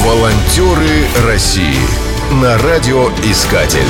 Волонтеры России на радиоискатель.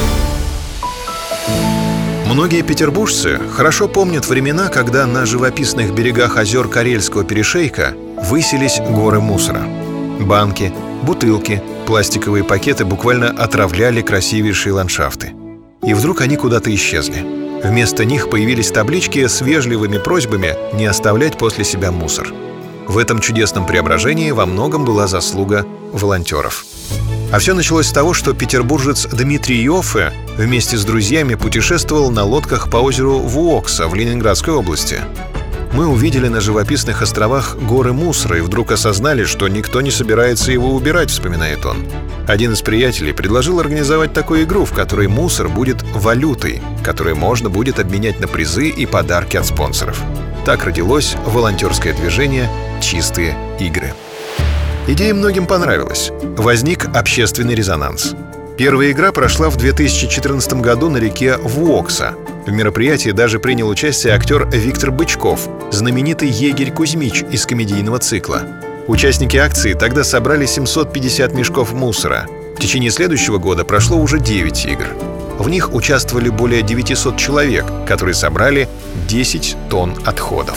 Многие петербуржцы хорошо помнят времена, когда на живописных берегах озер Карельского перешейка высились горы мусора. Банки, бутылки, пластиковые пакеты буквально отравляли красивейшие ландшафты. И вдруг они куда-то исчезли. Вместо них появились таблички с вежливыми просьбами не оставлять после себя мусор. В этом чудесном преображении во многом была заслуга волонтеров. А все началось с того, что петербуржец Дмитрий Иоффе вместе с друзьями путешествовал на лодках по озеру Вуокса в Ленинградской области. Мы увидели на живописных островах горы мусора и вдруг осознали, что никто не собирается его убирать, вспоминает он. Один из приятелей предложил организовать такую игру, в которой мусор будет валютой, которую можно будет обменять на призы и подарки от спонсоров. Так родилось волонтерское движение «Чистые игры». Идея многим понравилась. Возник общественный резонанс. Первая игра прошла в 2014 году на реке Вуокса. В мероприятии даже принял участие актер Виктор Бычков, знаменитый егерь Кузьмич из комедийного цикла. Участники акции тогда собрали 750 мешков мусора. В течение следующего года прошло уже 9 игр. В них участвовали более 900 человек, которые собрали 10 тонн отходов.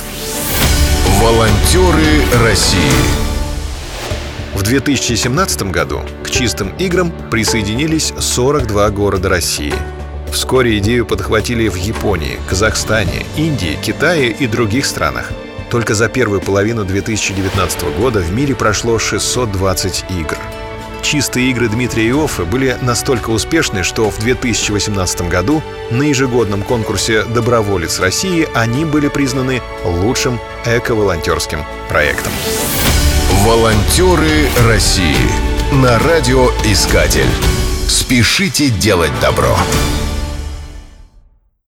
Волонтеры России. В 2017 году к чистым играм присоединились 42 города России. Вскоре идею подхватили в Японии, Казахстане, Индии, Китае и других странах. Только за первую половину 2019 года в мире прошло 620 игр. Чистые игры Дмитрия Иоффе были настолько успешны, что в 2018 году на ежегодном конкурсе «Доброволец России» они были признаны лучшим эко-волонтерским проектом. Волонтеры России на радиоискатель. Спешите делать добро.